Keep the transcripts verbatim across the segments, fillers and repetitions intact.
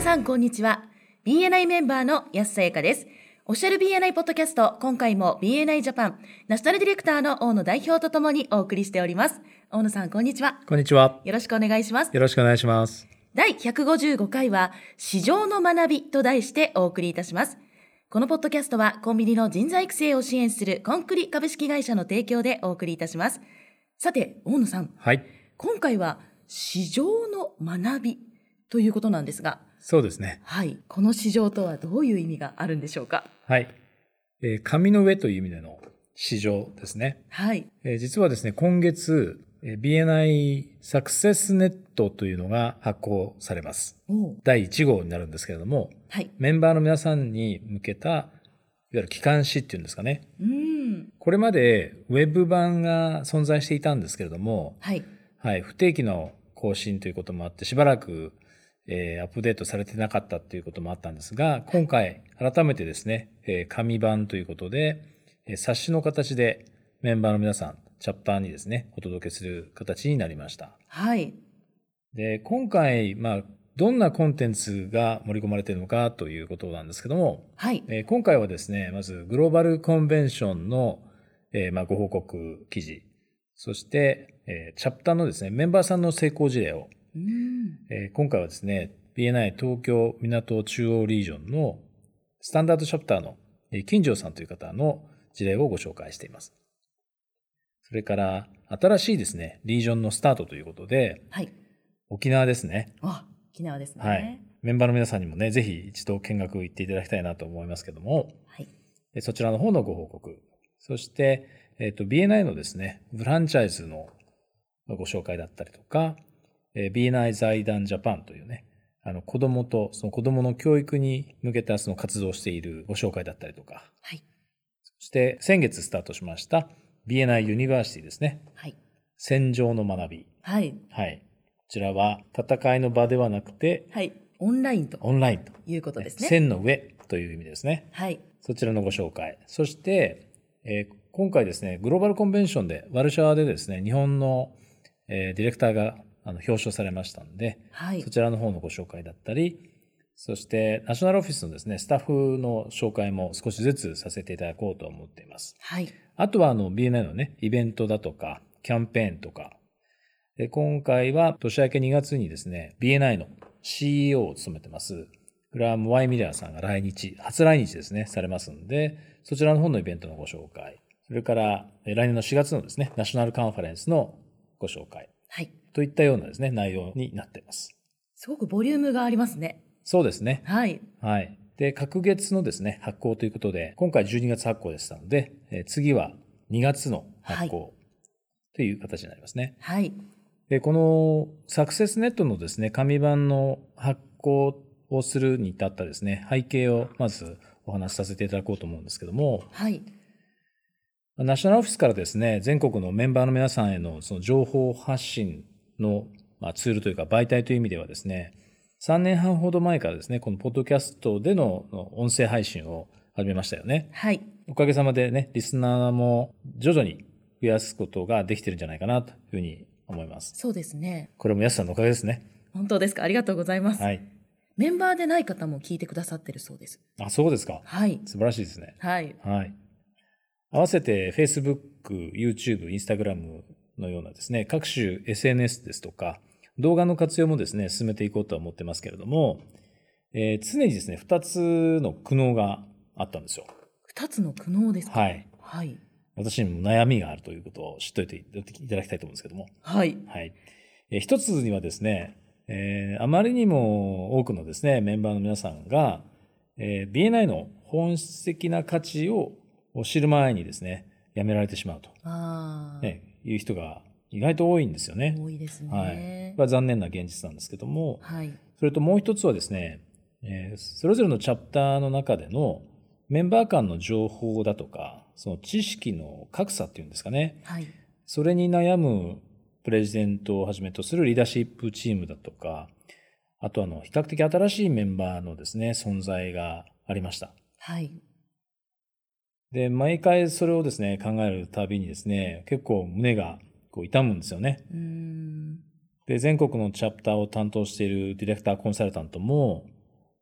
さんこんにちは。 ビーエヌアイ メンバーの安さやかです。オフィシャル ビーエヌアイ ポッドキャスト、今回も ビーエヌアイ ジャパンナショナルディレクターの大野代表とともにお送りしております。大野さんこんにちは。 こんにちは。 よろしくお願いします。 よろしくお願いします。 だいひゃくごじゅうごかいは市場の学びと題してお送りいたします。このポッドキャストはコンビニの人材育成を支援するコンクリ株式会社の提供でお送りいたします。さて大野さん、 はい、今回は市場の学びということなんですが。 そうですね。 はい、この市場とはどういう意味があるんでしょうか。 はい、えー、紙の上という意味での市場ですね。 はい、 えー、実はですね、今月 ビーエヌアイ サクセスネットというのが発行されます。だいいち号になるんですけれども、 はい、 メンバーの皆さんに向けたいわゆる機関誌っていうんですかね。 うん、 これまでウェブ版が存在していたんですけれども、 はいはい、不定期の更新ということもあってしばらくえー、アップデートされてなかったということもあったんですが、今回改めてですね、えー、紙版ということで、えー、冊子の形でメンバーの皆さん、チャプターにですね、お届けする形になりました。 はい。 で、今回、まあ、どんなコンテンツが盛り込まれているのかということなんですけども、 はい。 えー、今回はですね、まずグローバルコンベンションの、えーまあ、ご報告記事、そして、えー、チャプターのですね、メンバーさんの成功事例をうんえー、今回はですね、ビーエヌアイ 東京港中央リージョンのスタンダードチャプターの金城さんという方の事例をご紹介しています。それから新しいですね、リージョンのスタートということで、 はい、 沖縄ですね。 あ、沖縄ですね。 はい。メンバーの皆さんにもね、ぜひ一度見学行っていただきたいなと思いますけども、はい、そちらの方のご報告、そして、えっと、ビーエヌアイ のですね、フランチャイズのご紹介だったりとか、ビーエヌアイ 財団ジャパンというね、あの子供とその子供の教育に向けたその活動をしているご紹介だったりとか、はい、そして先月スタートしました ビーエヌアイ ユニバーシティですね、はい、戦場の学び、はいはい、こちらは戦いの場ではなくて、はい、 オンラインとオンラインということですね。 戦の上という意味ですね、はい、そちらのご紹介、そして、えー、今回ですねグローバルコンベンションでワルシャワでですね日本の、えー、ディレクターがあの表彰されましたので、はい、そちらの方のご紹介だったり、そしてナショナルオフィスのですねスタッフの紹介も少しずつさせていただこうと思っています。はい、あとはあの ビーエヌアイ のねイベントだとかキャンペーンとか、で今回は年明けにがつにですね ビーエヌアイ の シーイーオー を務めてますグラハム・ワイ・ミラーさんが来日初来日ですねされますので、そちらの方のイベントのご紹介、それから来年のしがつのですねナショナルカンファレンスのご紹介、はい、といったようなですね内容になっています。 すごくボリュームがありますね。 そうですね。 はい。 はい。で、隔月のですね発行ということで、今回じゅうにがつ発行でしたので、えー、次はにがつの発行という形になりますね。はい。で、このサクセスネットのですね紙版の発行をするに至ったですね背景をまずお話しさせていただこうと思うんですけども、はい。ナショナルオフィスからですね、全国のメンバーの皆さんへのその情報発信のツールというか媒体という意味ではですね、さんねんはんほど前からですね、このポッドキャストでの音声配信を始めましたよね。はい。おかげさまでね、リスナーも徐々に増やすことができてるんじゃないかなというふうに思います。 そうですね。 これも安さんのおかげですね。 本当ですか。ありがとうございます。はい。メンバーでない方も聞いてくださってるそうです。 あ、そうですか。はい。素晴らしいですね。はい。はい。合わせて Facebook、YouTube、Instagram のようなですね、各種 エスエヌエス ですとか、動画の活用もですね、進めていこうとは思ってますけれども、えー、常にですね、二つの苦悩があったんですよ。 二つの苦悩ですか？はい。はい。 私にも悩みがあるということを知っておいていただきたいと思うんですけども。はい。はい。えー、一つにはですね、えー、あまりにも多くのですね、メンバーの皆さんが、えー、ビーエヌアイ の本質的な価値を知る前にですね、やめられてしまうと、あ、ね、いう人が意外と多いんですよね。 多いですね。 はい。これは残念な現実なんですけども、はい。それともう一つはですね、えー、それぞれのチャプターの中でのメンバー間の情報だとか、その知識の格差っていうんですかね。はい。それに悩むプレジデントをはじめとするリーダーシップチームだとか、あとあの比較的新しいメンバーのですね存在がありました。はい。で、毎回それをですね、考えるたびにですね、結構胸がこう痛むんですよね。うーんで、全国のチャプターを担当しているディレクターコンサルタントも、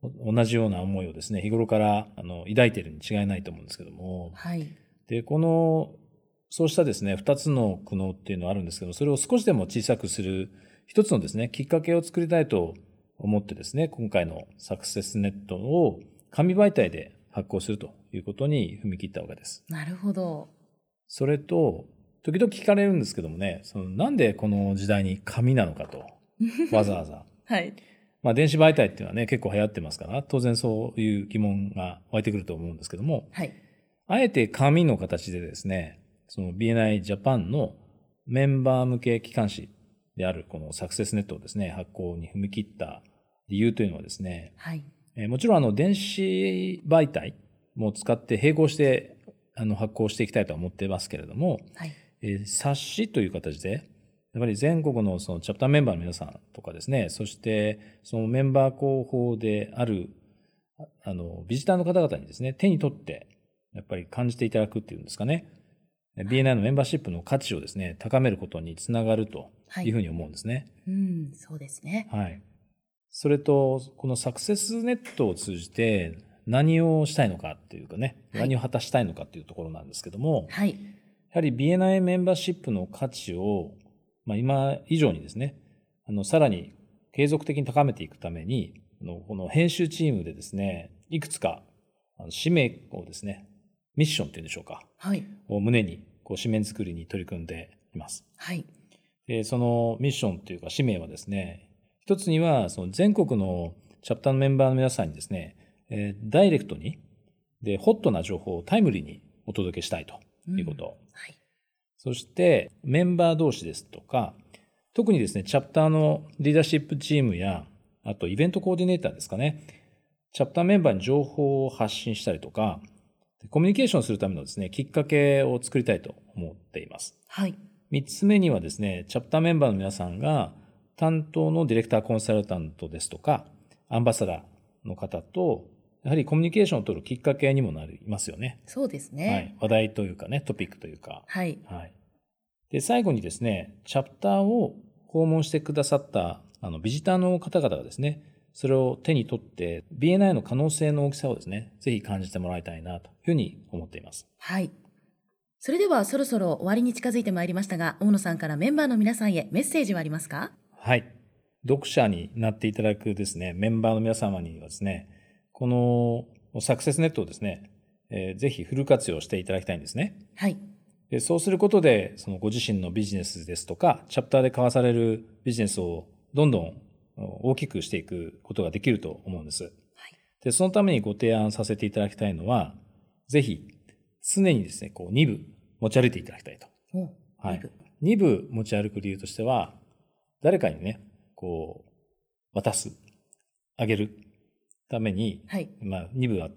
同じような思いをですね、日頃からあの抱いているに違いないと思うんですけども、 はい。 で、この、そうしたですね、二つの苦悩っていうのはあるんですけど、それを少しでも小さくする一つのですね、きっかけを作りたいと思ってですね、今回のサクセスネットを紙媒体で発行するということに踏み切ったわけです。 なるほど。 それと、時々聞かれるんですけどもね、そのなんでこの時代に紙なのかと、わざわざ。 はい。 まあ電子媒体っていうのはね、結構流行ってますから、当然そういう疑問が湧いてくると思うんですけども、 はい。 あえて紙の形でですね、その ビーエヌアイ ジャパンのメンバー向け機関誌であるこのサクセスネットをですね、発行に踏み切った理由というのはですね、 はい。 えーもちろんあの電子媒体も使って並行してあの発行していきたいとは思ってますけれども、 はい。 えー冊子という形で、やっぱり全国のそのチャプターメンバーの皆さんとかですね、そしてそのメンバー広報であるあのビジターの方々にですね、手に取ってやっぱり感じていただくっていうんですかね、ビーエヌアイ のメンバーシップの価値をですね、高めることにつながるというふうに思うんですね。 うん、そうですね。 はい。それと、このサクセスネットを通じて何をしたいのかっていうかね、 はい何を果たしたいのかっていうところなんですけども、 はい。 やはり ビーエヌアイ メンバーシップの価値を、まあ、今以上にですね、あの、さらに継続的に高めていくために、あのこの編集チームでですね、いくつかあの使命をですね、ミッションっていうんでしょうか、 はい。 を胸にこう紙面作りに取り組んでいます。 はい。 で、そのミッションというか使命はですね、一つにはその全国のチャプターのメンバーの皆さんにですね、えーダイレクトにでホットな情報をタイムリーにお届けしたいということ。 うん、はい。 そしてメンバー同士ですとか、特にですね、チャプターのリーダーシップチームや、あとイベントコーディネーターですかね、チャプターメンバーに情報を発信したりとか、コミュニケーションするためのですね、きっかけを作りたいと思っています。 はい。 三つ目にはですね、チャプターメンバーの皆さんが担当のディレクターコンサルタントですとか、アンバサダーの方と、やはりコミュニケーションを取るきっかけにもなりますよね。 そうですね。 はい。話題というかね、トピックというか。 はい。 はい。で、最後にですね、チャプターを訪問してくださったあのビジターの方々がですね、それを手に取って ビーエヌアイ の可能性の大きさをですね、ぜひ感じてもらいたいなというふうに思っています。 はい。それではそろそろ終わりに近づいてまいりましたが、大野さんからメンバーの皆さんへメッセージはありますか？ はい。読者になっていただくですね、メンバーの皆様にはですね、このサクセスネットをですね、えーぜひフル活用していただきたいんですね。 はい。 でそうすることで、そのご自身のビジネスですとか、チャプターで交わされるビジネスをどんどん大きくしていくことができると思うんです。 はい。 で、そのためにご提案させていただきたいのは、ぜひ常にですね、こうに部持ち歩いていただきたいと。 お、 はい。 に部。 に部持ち歩く理由としては、誰かにね、こう、渡す、あげるために、 はい。 まあに部あって、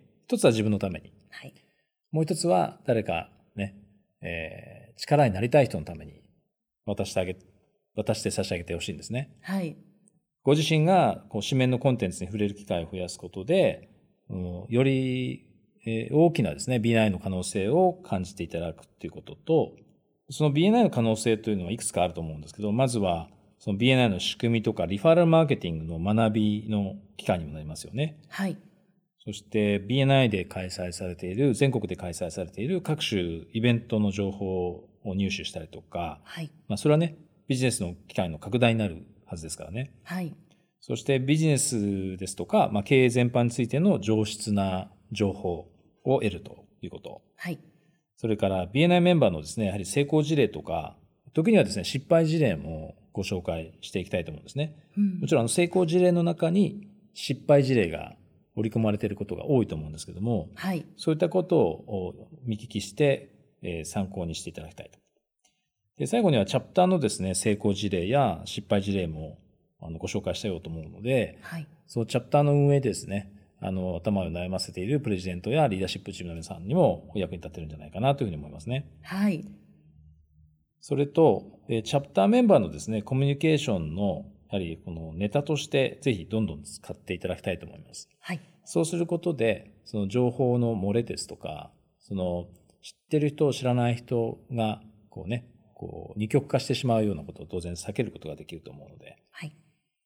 一つは自分のために、 はい。 もう一つは誰かね、えー力になりたい人のために渡してあげ、渡して差し上げてほしいんですね。 はい。 ご自身がこう紙面のコンテンツに触れる機会を増やすことで、うん、より、えー大きなですね、ビーエヌアイ の可能性を感じていただくということと、その ビーエヌアイ の可能性というのはいくつかあると思うんですけど、まずはその ビーエヌアイ の仕組みとかリファーラルマーケティングの学びの機会にもなりますよね。 はい。 そして ビーエヌアイ で開催されている、全国で開催されている各種イベントの情報を入手したりとか、 はい。 まあそれはね、ビジネスの機会の拡大になるはずですからね。 はい。 そしてビジネスですとか、まあ、経営全般についての上質な情報を得るということ。 はい。 それから ビーエヌアイ メンバーのですね、やはり成功事例とか、時にはですね、失敗事例もご紹介していきたいと思うんですね。 うん、 もちろんあの成功事例の中に失敗事例が織り込まれていることが多いと思うんですけども、 はい。 そういったことを見聞きして、えー参考にしていただきたいと。で、最後にはチャプターのですね、成功事例や失敗事例もあのご紹介したいと思うので、 はい。 そのチャプターの運営でですね、あの、頭を悩ませているプレジデントやリーダーシップチームの皆さんにもお役に立てるんじゃないかなというふうに思いますね。 はい。 それと、えーチャプターメンバーのですね、コミュニケーションの、やはりこのネタとしてぜひどんどん使っていただきたいと思います。 はい。 そうすることで、その情報の漏れですとか、その知ってる人、知らない人が、こうね、こう二極化してしまうようなことを当然避けることができると思うので、 はい。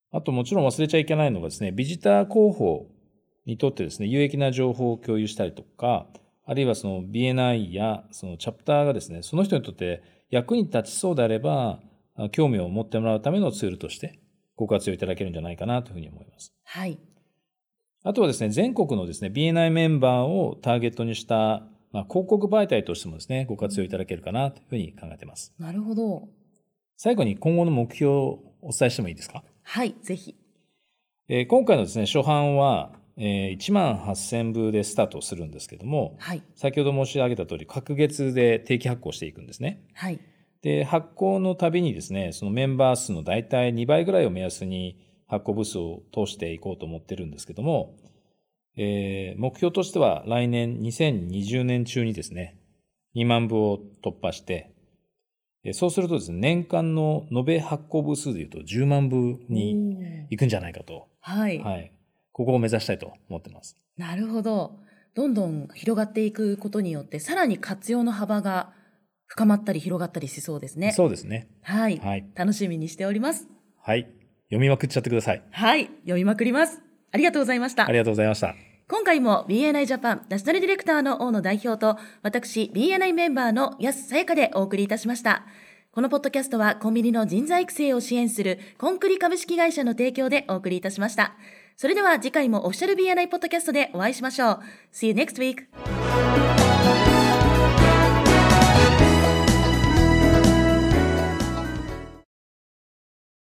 あともちろん忘れちゃいけないのがですね、ビジター広報にとってですね、有益な情報を共有したりとか、あるいはその ビーエヌアイ やそのチャプターがですね、その人にとって役に立ちそうであれば、興味を持ってもらうためのツールとしてご活用いただけるんじゃないかなというふうに思います。 はい。 あとはですね、全国のですね、ビーエヌアイ メンバーをターゲットにした、まあ、広告媒体としてもですね、ご活用いただけるかなというふうに考えています。 なるほど。 最後に今後の目標をお伝えしてもいいですか？ はい、ぜひ。 えー、今回のですね、初版は、えー、いちまんはっせんぶでスタートするんですけども、 はい、 先ほど申し上げた通り、隔月で定期発行していくんですね。 はい。 で、発行のたびにですね、そのメンバー数のだいたいにばいぐらいを目安に発行部数を通していこうと思ってるんですけども、えー、目標としては来年にせんにじゅうねん中にですね、にまんぶを突破して、そうするとですね、年間の延べ発行部数でいうとじゅうまんぶに行くんじゃないかと。 はい。 はい。ここを目指したいと思ってます。 なるほど。どんどん広がっていくことによって、さらに活用の幅が深まったり広がったりしそうですね。 そうですね。 はい。はい、楽しみにしております。 はい。読みまくっちゃってください。 はい。読みまくります。ありがとうございました。 ありがとうございました。 今回も ビーエヌアイ ジャパンナショナルディレクターの大野代表と、私 ビーエヌアイ メンバーの安さやかでお送りいたしました。このポッドキャストはコンビニの人材育成を支援するコンクリ株式会社の提供でお送りいたしました。それでは次回もオフィシャル ビーエヌアイ ポッドキャストでお会いしましょう。See you next week!